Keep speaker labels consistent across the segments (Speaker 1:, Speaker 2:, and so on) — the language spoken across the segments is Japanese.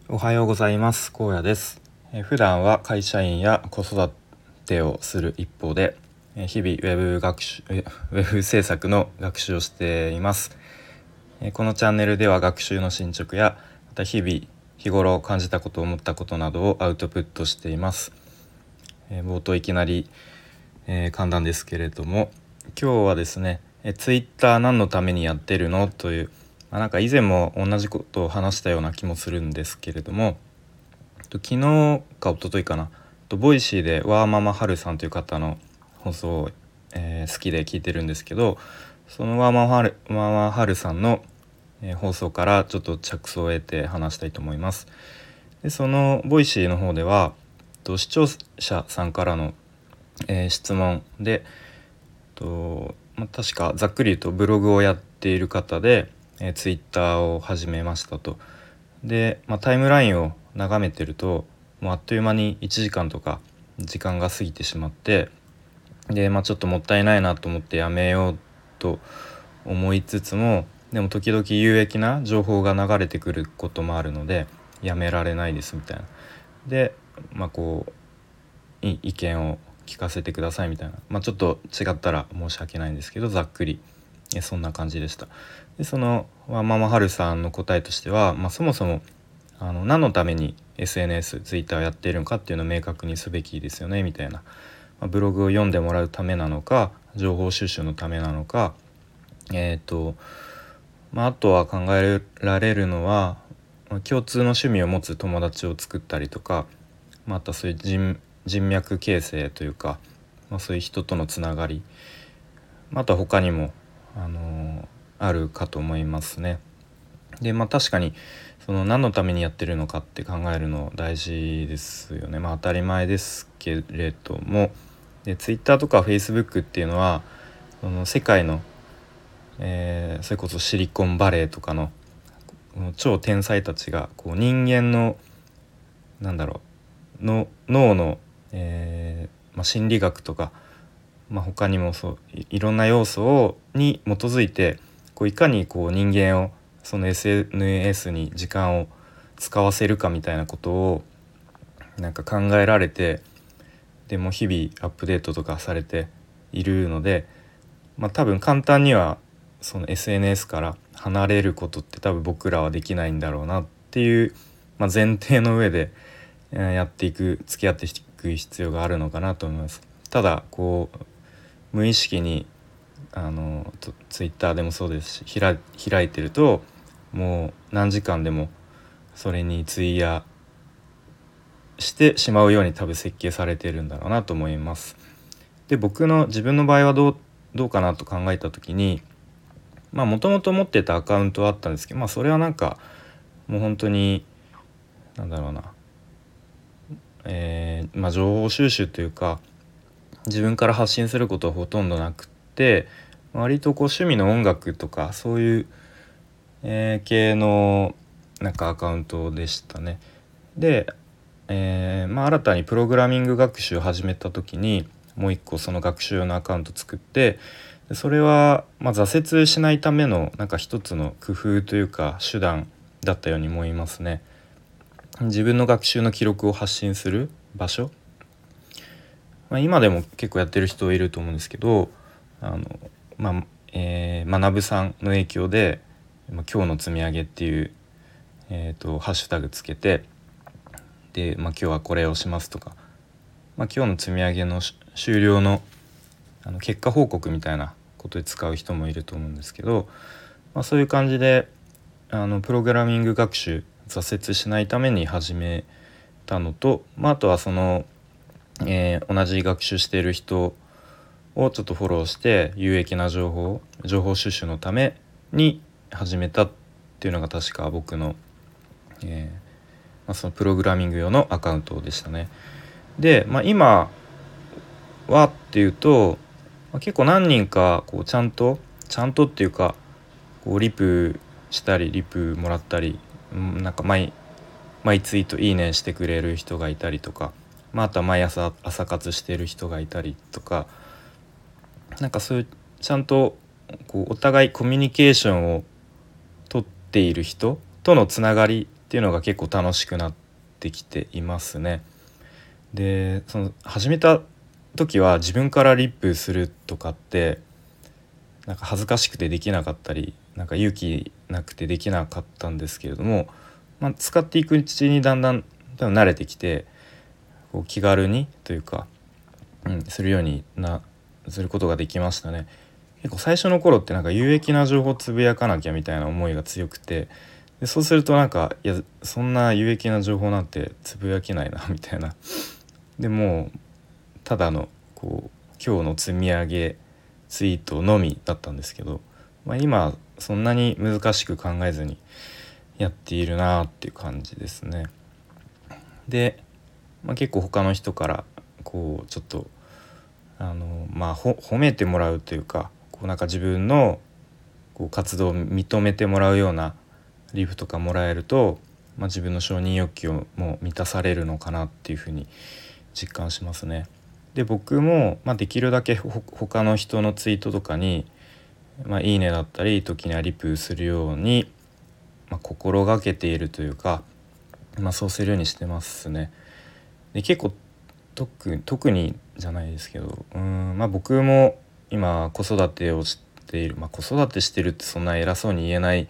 Speaker 1: おはようございます。高野です。普段は会社員や子育てをする一方で、日々ウェブ制作の学習をしています。このチャンネルでは学習の進捗やまた日頃感じたこと思ったことなどをアウトプットしています。冒頭いきなり、簡単ですけれども、今日はですね、ツイッター何のためにやってるのという、なんか以前も同じことを話したような気もするんですけれども、昨日か一昨日かな、ボイシーでワーママハルさんという方の放送を、好きで聞いてるんですけど、そのワーママハルさんの、放送からちょっと着想を得て話したいと思います。でそのボイシーの方では視聴者さんからの、質問で確かざっくり言うとブログをやっている方で、ツイッターを始めましたと。で、タイムラインを眺めてるともうあっという間に1時間とか時間が過ぎてしまって、で、ちょっともったいないなと思ってやめようと思いつつも、でも時々有益な情報が流れてくることもあるのでやめられないですみたいな。で、意見を聞かせてくださいみたいな、ちょっと違ったら申し訳ないんですけど、ざっくりそんな感じでした。でそのママハルさんの答えとしては、そもそも何のために SNS、ツイッターをやっているのかっていうのを明確にすべきですよねみたいな、ブログを読んでもらうためなのか情報収集のためなのか、あとは考えられるのは共通の趣味を持つ友達を作ったりとか、またそういう人脈形成というか、そういう人とのつながり、あとは他にも、あるかと思いますね。で、確かにその何のためにやってるのかって考えるの大事ですよね。当たり前ですけれども、で Twitter とか Facebook っていうのはその世界の、それこそシリコンバレーとかの超天才たちが人間の脳の、心理学とか、他にもいろんな要素に基づいていかに人間をその SNS に時間を使わせるかみたいなことを考えられて、でも日々アップデートとかされているので、多分簡単にはその SNS から離れることって多分僕らはできないんだろうなっていう、前提の上で付き合っていく必要があるのかなと思います。ただ無意識にツイッターでもそうですし開いてるともう何時間でもそれに費やしてしまうように多分設計されているんだろうなと思います。で、自分の場合はどうかなと考えた時に、もともと持ってたアカウントはあったんですけど、それはもう本当に情報収集というか自分から発信することはほとんどなくって、割と趣味の音楽とかそういう、系のアカウントでしたね。で、新たにプログラミング学習を始めた時にもう一個その学習用のアカウント作って、それは挫折しないための一つの工夫というか手段だったように思いますね。自分の学習の記録を発信する場所、今でも結構やってる人いると思うんですけど、学さんの影響で今日の積み上げっていう、ハッシュタグつけて、で、今日はこれをしますとか、今日の積み上げの終了の結果報告みたいなことで使う人もいると思うんですけど、そういう感じでプログラミング学習挫折しないために始めたのと、あとは同じ学習している人をちょっとフォローして有益な情報収集のために始めたっていうのが確か僕の、そのプログラミング用のアカウントでしたね。で、今はっていうと、結構何人かちゃんとっていうかリプしたりリプもらったり、毎ツイートいいねしてくれる人がいたりとか、あとは毎朝活してる人がいたりとか、そういうちゃんとお互いコミュニケーションを取っている人とのつながりっていうのが結構楽しくなってきていますね。でその始めた時は自分からリプするとかってなんか恥ずかしくてできなかったり、なんか勇気なくてできなかったんですけれども、使っていくうちにだんだん多分慣れてきて、こう気軽にというか、するようにすることができましたね。結構最初の頃ってなんか有益な情報をつぶやかなきゃみたいな思いが強くて、でそうするとなんかいやそんな有益な情報なんてつぶやけないなみたいな。でもうただのこう今日の積み上げツイートのみだったんですけど、今そんなに難しく考えずにやっているなっていう感じですね。で、結構他の人からこうちょっと褒めてもらうというか、こうなんか自分のこう活動を認めてもらうようなリプとかもらえると、自分の承認欲求も満たされるのかなっていうふうに実感しますね。で僕も、できるだけ他の人のツイートとかに、いいねだったり時にはリプするように、心がけているというか、そうするようにしてますね。で結構特にじゃないですけど、僕も今子育てをしている、子育てしてるってそんな偉そうに言えない、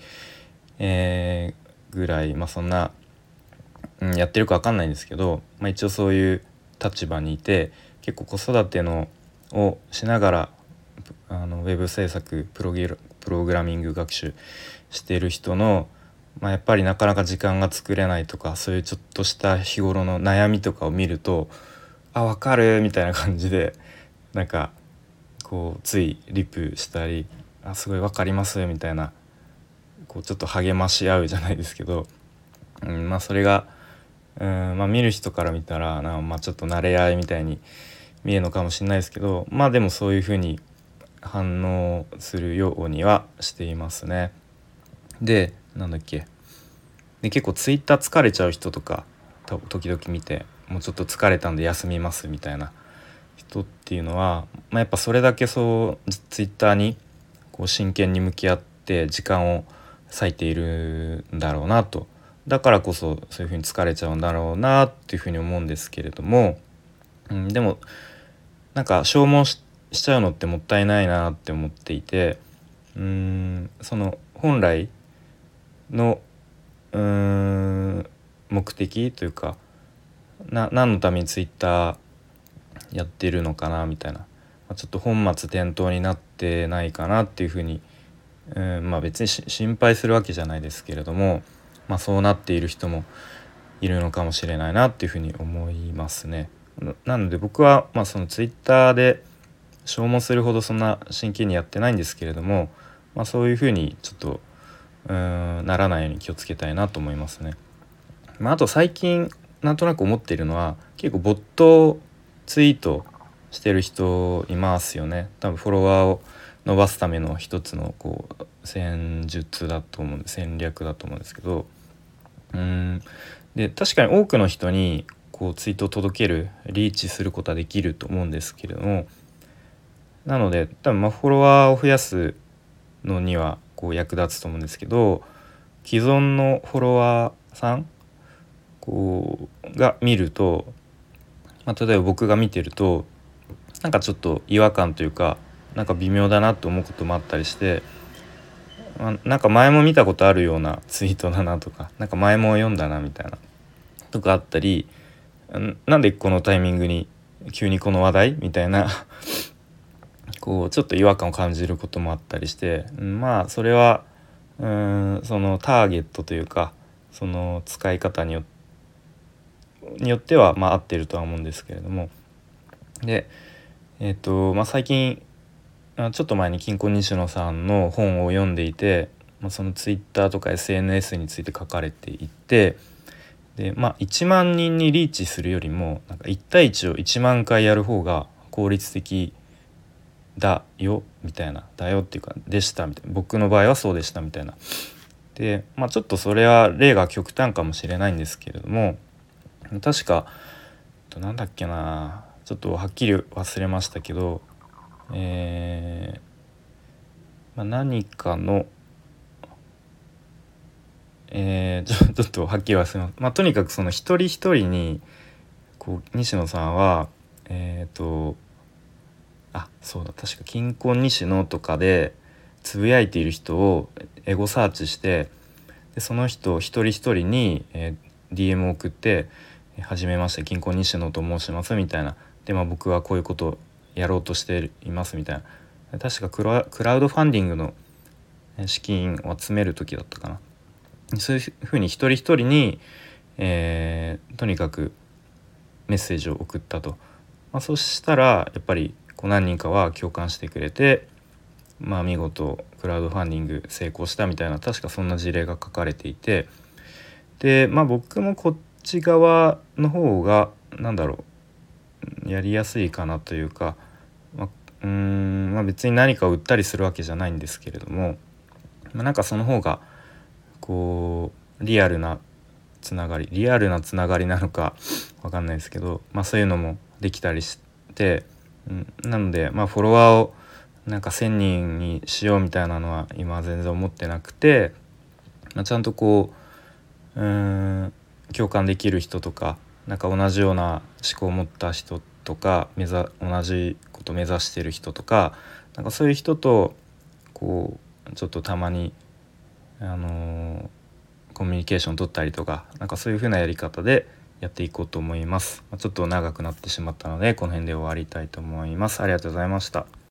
Speaker 1: ぐらい、そんな、やってるか分かんないんですけど、一応そういう立場にいて、結構子育てをしながらウェブ制作プログラミング学習している人の、やっぱりなかなか時間が作れないとか、そういうちょっとした日頃の悩みとかを見ると、分かるみたいな感じで、なんかこうついリプしたり、すごい分かりますみたいな、こうちょっと励まし合うじゃないですけど、それが見る人から見たらちょっと慣れ合いみたいに見えるのかもしれないですけど、でもそういうふうに反応するようにはしていますね。で結構ツイッター疲れちゃう人とか時々見て、もうちょっと疲れたんで休みますみたいな人っていうのは、やっぱそれだけそうツイッターにこう真剣に向き合って時間を割いているんだろうなと、だからこそそういうふうに疲れちゃうんだろうなっていうふうに思うんですけれども、でもなんか消耗しちゃうのってもったいないなって思っていて、その本来の目的というか、何のためにツイッターやってるのかなみたいな、ちょっと本末転倒になってないかなっていうふうに、別に心配するわけじゃないですけれども、そうなっている人もいるのかもしれないなっていうふうに思いますね。なので僕は、そのツイッターで消耗するほどそんな真剣にやってないんですけれども、そういうふうにちょっとならないように気をつけたいなと思いますね。あと最近なんとなく思っているのは、結構ボットツイートしてる人いますよね。多分フォロワーを伸ばすための一つのこう戦略だと思うんですけど、で確かに多くの人にこうツイートを届けるリーチすることはできると思うんですけれども、なので多分フォロワーを増やすのにはこう役立つと思うんですけど、既存のフォロワーさんが見ると、例えば僕が見てるとなんかちょっと違和感というか、なんか微妙だなと思うこともあったりして、なんか前も見たことあるようなツイートだなとか、なんか前も読んだなみたいなとかあったり、なんでこのタイミングに急にこの話題みたいなこうちょっと違和感を感じることもあったりして、それはそのターゲットというか、その使い方によっては合ってるとは思うんですけれども、で最近ちょっと前に金庫西野さんの本を読んでいて、そのツイッターとか SNS について書かれていて、で1万人にリーチするよりもなんか1対1を1万回やる方が効率的だよみたいな、だよっていうかでしたみたいな、僕の場合はそうでしたみたいな。でちょっとそれは例が極端かもしれないんですけれども、確かなんだっけな、ちょっとはっきり忘れましたけど、何かのちょっとはっきりはすみません。とにかくその一人一人にこう西野さんはそうだ、確か「金婚西野」とかでつぶやいている人をエゴサーチして、でその人一人一人に、DM を送って「はじめまして、金婚西野と申します」みたいな。で、僕はこういうことをやろうとしていますみたいな。確かクラウドファンディングの資金を集める時だったかな。そういうふうに一人一人に、とにかくメッセージを送ったと。そしたらやっぱりこう何人かは共感してくれて、見事クラウドファンディング成功したみたいな、確かそんな事例が書かれていて、で僕もこっち側の方がやりやすいかなというか、別に何かを売ったりするわけじゃないんですけれども、なんかその方がこうリアルなつながりなのかわかんないですけど、そういうのもできたりして、なのでフォロワーをなんか1,000人にしようみたいなのは今は全然思ってなくて、ちゃんとこう共感できる人とか、なんか同じような思考を持った人とか同じことを目指してる人とか、なんかそういう人とこうちょっとたまにコミュニケーション取ったりとか、なんかそういう風なやり方でやっていこうと思います。ちょっと長くなってしまったのでこの辺で終わりたいと思います。ありがとうございました。